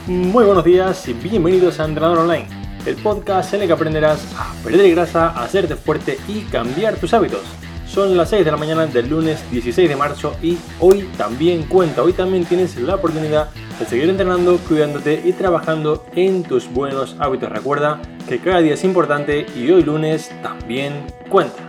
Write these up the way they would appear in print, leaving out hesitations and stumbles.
Muy buenos días y bienvenidos a Entrenador Online, el podcast en el que aprenderás a perder grasa, a hacerte fuerte y cambiar tus hábitos. Son las 6 de la mañana del lunes 16 de marzo y hoy también cuenta, hoy también tienes la oportunidad de seguir entrenando, cuidándote y trabajando en tus buenos hábitos. Recuerda que cada día es importante y hoy lunes también cuenta.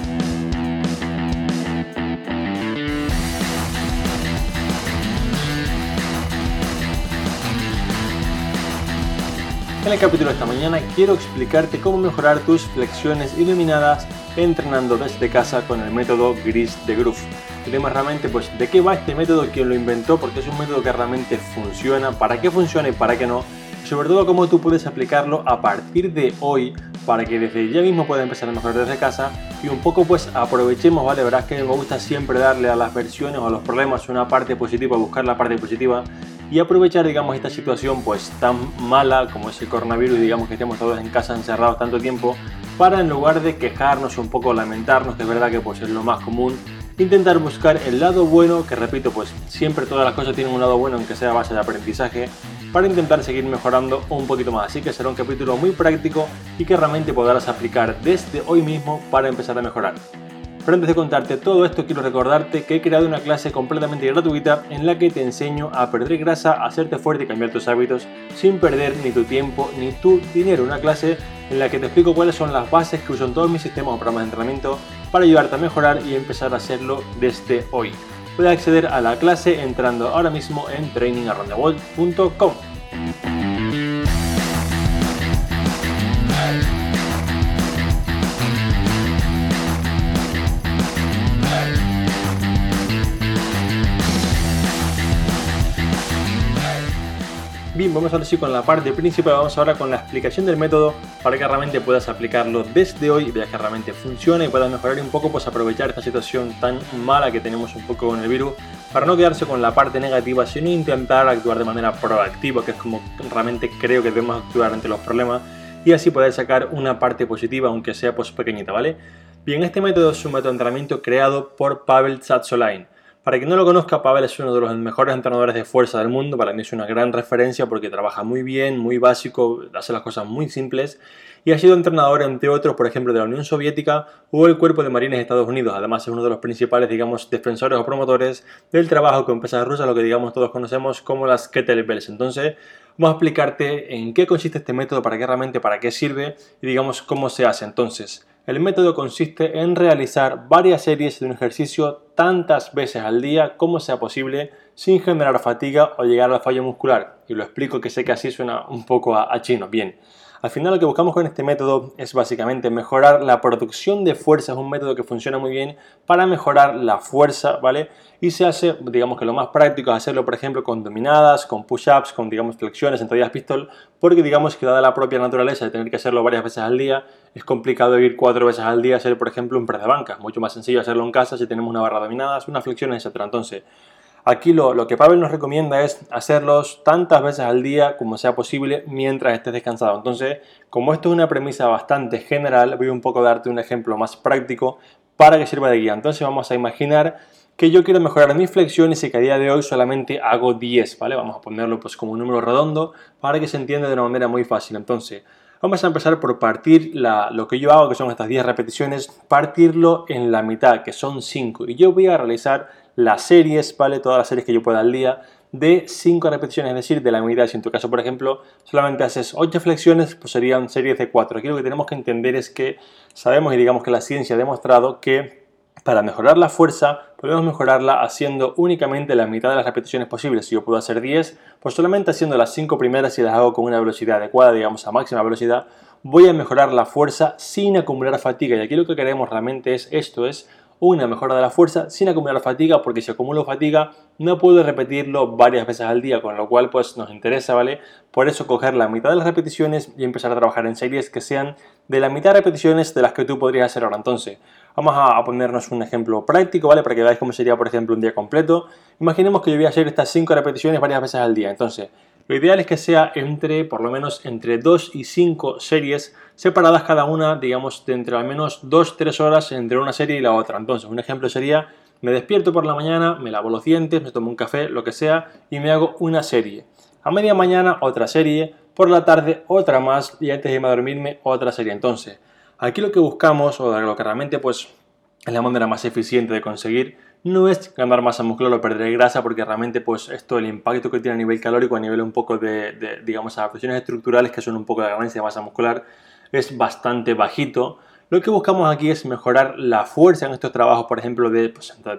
En el capítulo de esta mañana quiero explicarte cómo mejorar tus flexiones iluminadas entrenando desde casa con el método Gris de Groove. El tema es realmente de qué va este método, quién lo inventó, porque es un método que realmente funciona, para qué funciona y para qué no, y sobre todo cómo tú puedes aplicarlo a partir de hoy para que desde ya mismo puedas empezar a mejorar desde casa y un poco aprovechemos, ¿vale? Verás que me gusta siempre darle a las versiones o a los problemas una parte positiva, buscar la parte positiva y aprovechar, digamos, esta situación tan mala como es el coronavirus, digamos que estemos todos en casa encerrados tanto tiempo, para en lugar de quejarnos un poco, lamentarnos, que es verdad que es lo más común, intentar buscar el lado bueno, que repito, siempre todas las cosas tienen un lado bueno, aunque sea a base de aprendizaje, para intentar seguir mejorando un poquito más. Así que será un capítulo muy práctico y que realmente podrás aplicar desde hoy mismo para empezar a mejorar. Pero antes de contarte todo esto, quiero recordarte que he creado una clase completamente gratuita en la que te enseño a perder grasa, a hacerte fuerte y cambiar tus hábitos sin perder ni tu tiempo ni tu dinero. Una clase en la que te explico cuáles son las bases que uso en todos mis sistemas o programas de entrenamiento para ayudarte a mejorar y empezar a hacerlo desde hoy. Puedes acceder a la clase entrando ahora mismo en trainingaroundtheworld.com. Bien, vamos ahora sí con la parte principal, vamos ahora con la explicación del método para que realmente puedas aplicarlo desde hoy y veas que realmente funciona y puedas mejorar un poco, aprovechar esta situación tan mala que tenemos un poco con el virus para no quedarse con la parte negativa, sino intentar actuar de manera proactiva, que es como realmente creo que debemos actuar ante los problemas y así poder sacar una parte positiva, aunque sea pequeñita, ¿vale? Bien, este método es un método de entrenamiento creado por Pavel Tsatsouline. Para quien no lo conozca, Pavel es uno de los mejores entrenadores de fuerza del mundo. Para mí es una gran referencia porque trabaja muy bien, muy básico, hace las cosas muy simples y ha sido entrenador, entre otros, por ejemplo, de la Unión Soviética o el Cuerpo de Marines de Estados Unidos. Además, es uno de los principales, defensores o promotores del trabajo con pesas rusas, lo que, todos conocemos como las kettlebells. Entonces, vamos a explicarte en qué consiste este método, para qué sirve y, cómo se hace. Entonces, el método consiste en realizar varias series de un ejercicio tantas veces al día como sea posible sin generar fatiga o llegar al fallo muscular. Y lo explico, que sé que así suena un poco a chino. Bien, al final lo que buscamos con este método es básicamente mejorar la producción de fuerza. Es un método que funciona muy bien para mejorar la fuerza, ¿vale? Y se hace, que lo más práctico es hacerlo, por ejemplo, con dominadas, con push-ups, con, flexiones, sentadillas pistol, porque que dada la propia naturaleza de tener que hacerlo varias veces al día, es complicado ir 4 veces al día a hacer, por ejemplo, un press de banca. Mucho más sencillo hacerlo en casa si tenemos una barra de dominadas, unas flexiones, etc. Entonces, aquí lo que Pavel nos recomienda es hacerlos tantas veces al día como sea posible mientras estés descansado. Entonces, como esto es una premisa bastante general, voy un poco a darte un ejemplo más práctico para que sirva de guía. Entonces, vamos a imaginar que yo quiero mejorar mis flexiones y que a día de hoy solamente hago 10, ¿vale? Vamos a ponerlo como un número redondo para que se entienda de una manera muy fácil. Entonces, vamos a empezar por partir lo que yo hago, que son estas 10 repeticiones, partirlo en la mitad, que son 5. Y yo voy a realizar las series, ¿vale? Todas las series que yo pueda al día, de 5 repeticiones, es decir, de la mitad. Si en tu caso, por ejemplo, solamente haces 8 flexiones, pues serían series de 4. Aquí lo que tenemos que entender es que sabemos y que la ciencia ha demostrado que para mejorar la fuerza, podemos mejorarla haciendo únicamente la mitad de las repeticiones posibles. Si yo puedo hacer 10, pues solamente haciendo las 5 primeras y las hago con una velocidad adecuada, a máxima velocidad, voy a mejorar la fuerza sin acumular fatiga. Y aquí lo que queremos realmente es una mejora de la fuerza sin acumular fatiga, porque si acumulo fatiga no puedo repetirlo varias veces al día, con lo cual nos interesa, ¿vale? Por eso coger la mitad de las repeticiones y empezar a trabajar en series que sean de la mitad de repeticiones de las que tú podrías hacer ahora. Entonces, vamos a ponernos un ejemplo práctico, ¿vale? Para que veáis cómo sería, por ejemplo, un día completo. Imaginemos que yo voy a hacer estas 5 repeticiones varias veces al día. Entonces, lo ideal es que sea por lo menos entre 2 y 5 series separadas cada una, de entre al menos 2-3 horas entre una serie y la otra. Entonces, un ejemplo sería, me despierto por la mañana, me lavo los dientes, me tomo un café, lo que sea, y me hago una serie. a media mañana otra serie, por la tarde otra más y antes de irme a dormirme otra serie. Entonces, aquí lo que buscamos o lo que realmente pues es la manera más eficiente de conseguir no es ganar masa muscular o perder grasa, porque realmente pues esto, el impacto que tiene a nivel calórico, a nivel un poco de digamos, adaptaciones estructurales que son un poco de ganancia de masa muscular, es bastante bajito. Lo que buscamos aquí es mejorar la fuerza en estos trabajos, por ejemplo, de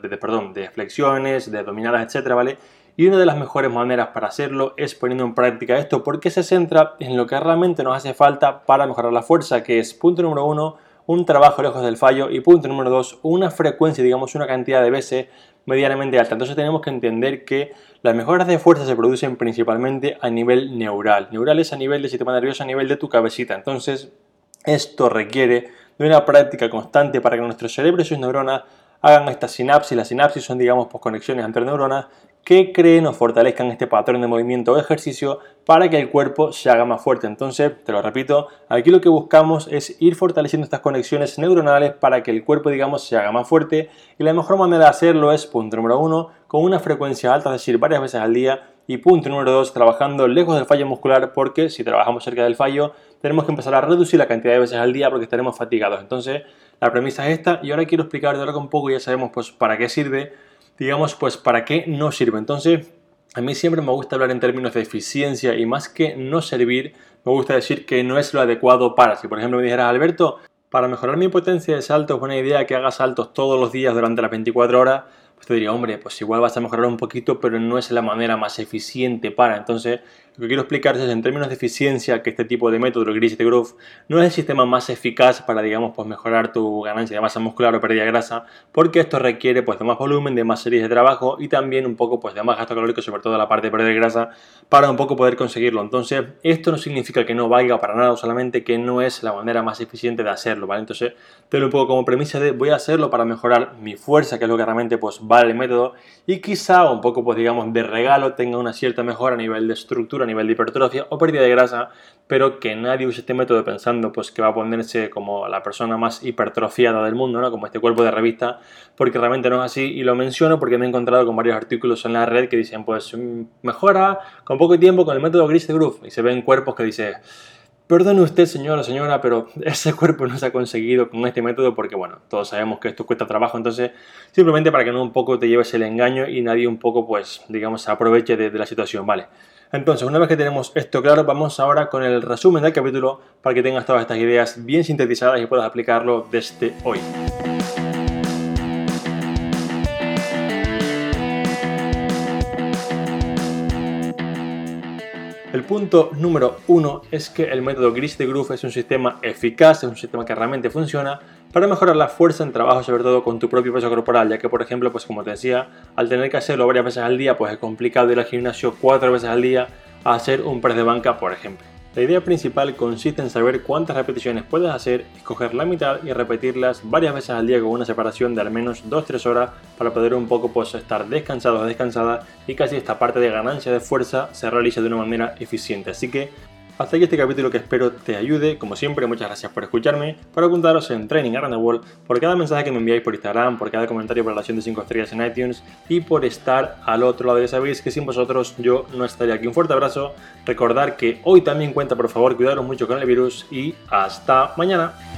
flexiones, de abdominales, etcétera, ¿vale? Y una de las mejores maneras para hacerlo es poniendo en práctica esto, porque se centra en lo que realmente nos hace falta para mejorar la fuerza, que es, punto número 1, un trabajo lejos del fallo, y punto número 2, una frecuencia, digamos una cantidad de veces medianamente alta. Entonces tenemos que entender que las mejoras de fuerza se producen principalmente a nivel neural. Neural es a nivel del sistema nervioso, a nivel de tu cabecita. Entonces esto requiere de una práctica constante para que nuestro cerebro y sus neuronas hagan esta sinapsis. Las sinapsis son, digamos, pues, conexiones entre neuronas que creen o fortalezcan este patrón de movimiento o ejercicio para que el cuerpo se haga más fuerte. Entonces, te lo repito, aquí lo que buscamos es ir fortaleciendo estas conexiones neuronales para que el cuerpo, digamos, se haga más fuerte, y la mejor manera de hacerlo es, punto número 1, con una frecuencia alta, es decir, varias veces al día, y punto número 2, trabajando lejos del fallo muscular, porque si trabajamos cerca del fallo tenemos que empezar a reducir la cantidad de veces al día porque estaremos fatigados. Entonces, la premisa es esta, y ahora quiero explicarte ahora un poco, ya sabemos pues para qué sirve, digamos pues para qué no sirve. Entonces, a mí siempre me gusta hablar en términos de eficiencia, y más que no servir, me gusta decir que no es lo adecuado para. Si por ejemplo me dijeras, Alberto, para mejorar mi potencia de salto es buena idea que hagas saltos todos los días durante las 24 horas, pues te diría, hombre, pues igual vas a mejorar un poquito, pero no es la manera más eficiente para. Entonces, lo que quiero explicar es en términos de eficiencia que este tipo de método, el Grit Growth, no es el sistema más eficaz para, digamos, pues mejorar tu ganancia de masa muscular o pérdida de grasa, porque esto requiere pues de más volumen, de más series de trabajo y también un poco pues de más gasto calórico, sobre todo la parte de pérdida de grasa, para un poco poder conseguirlo. Entonces, esto no significa que no valga para nada, solamente que no es la manera más eficiente de hacerlo, ¿vale? Entonces, tenlo un poco como premisa de voy a hacerlo para mejorar mi fuerza, que es lo que realmente pues vale el método, y quizá un poco pues digamos de regalo tenga una cierta mejora a nivel de estructura, a nivel de hipertrofia o pérdida de grasa, pero que nadie use este método pensando pues que va a ponerse como la persona más hipertrofiada del mundo, ¿no? Como este cuerpo de revista, porque realmente no es así, y lo menciono porque me he encontrado con varios artículos en la red que dicen pues mejora con poco tiempo con el método Grit Growth, y se ven cuerpos que dicen, perdone usted, señora o señora, pero ese cuerpo no se ha conseguido con este método, porque bueno, todos sabemos que esto cuesta trabajo. Entonces, simplemente para que no un poco te lleves el engaño y nadie un poco pues digamos se aproveche de la situación, ¿vale? Entonces, una vez que tenemos esto claro, vamos ahora con el resumen del capítulo para que tengas todas estas ideas bien sintetizadas y puedas aplicarlo desde hoy. El punto número 1 es que el método Grit Growth es un sistema eficaz, es un sistema que realmente funciona para mejorar la fuerza en trabajo, sobre todo con tu propio peso corporal, ya que por ejemplo, pues como te decía, al tener que hacerlo varias veces al día, pues es complicado ir al gimnasio 4 veces al día a hacer un press de banca, por ejemplo. La idea principal consiste en saber cuántas repeticiones puedes hacer, escoger la mitad y repetirlas varias veces al día con una separación de al menos 2-3 horas para poder un poco pues estar descansado o descansada, y casi esta parte de ganancia de fuerza se realice de una manera eficiente. Así que hasta aquí este capítulo, que espero te ayude. Como siempre, muchas gracias por escucharme, por apuntaros en Training Around the World, por cada mensaje que me enviáis por Instagram, por cada comentario por relación de 5 estrellas en iTunes y por estar al otro lado. Ya sabéis que sin vosotros yo no estaría aquí. Un fuerte abrazo, recordad que hoy también cuenta, por favor, cuidaros mucho con el virus y hasta mañana.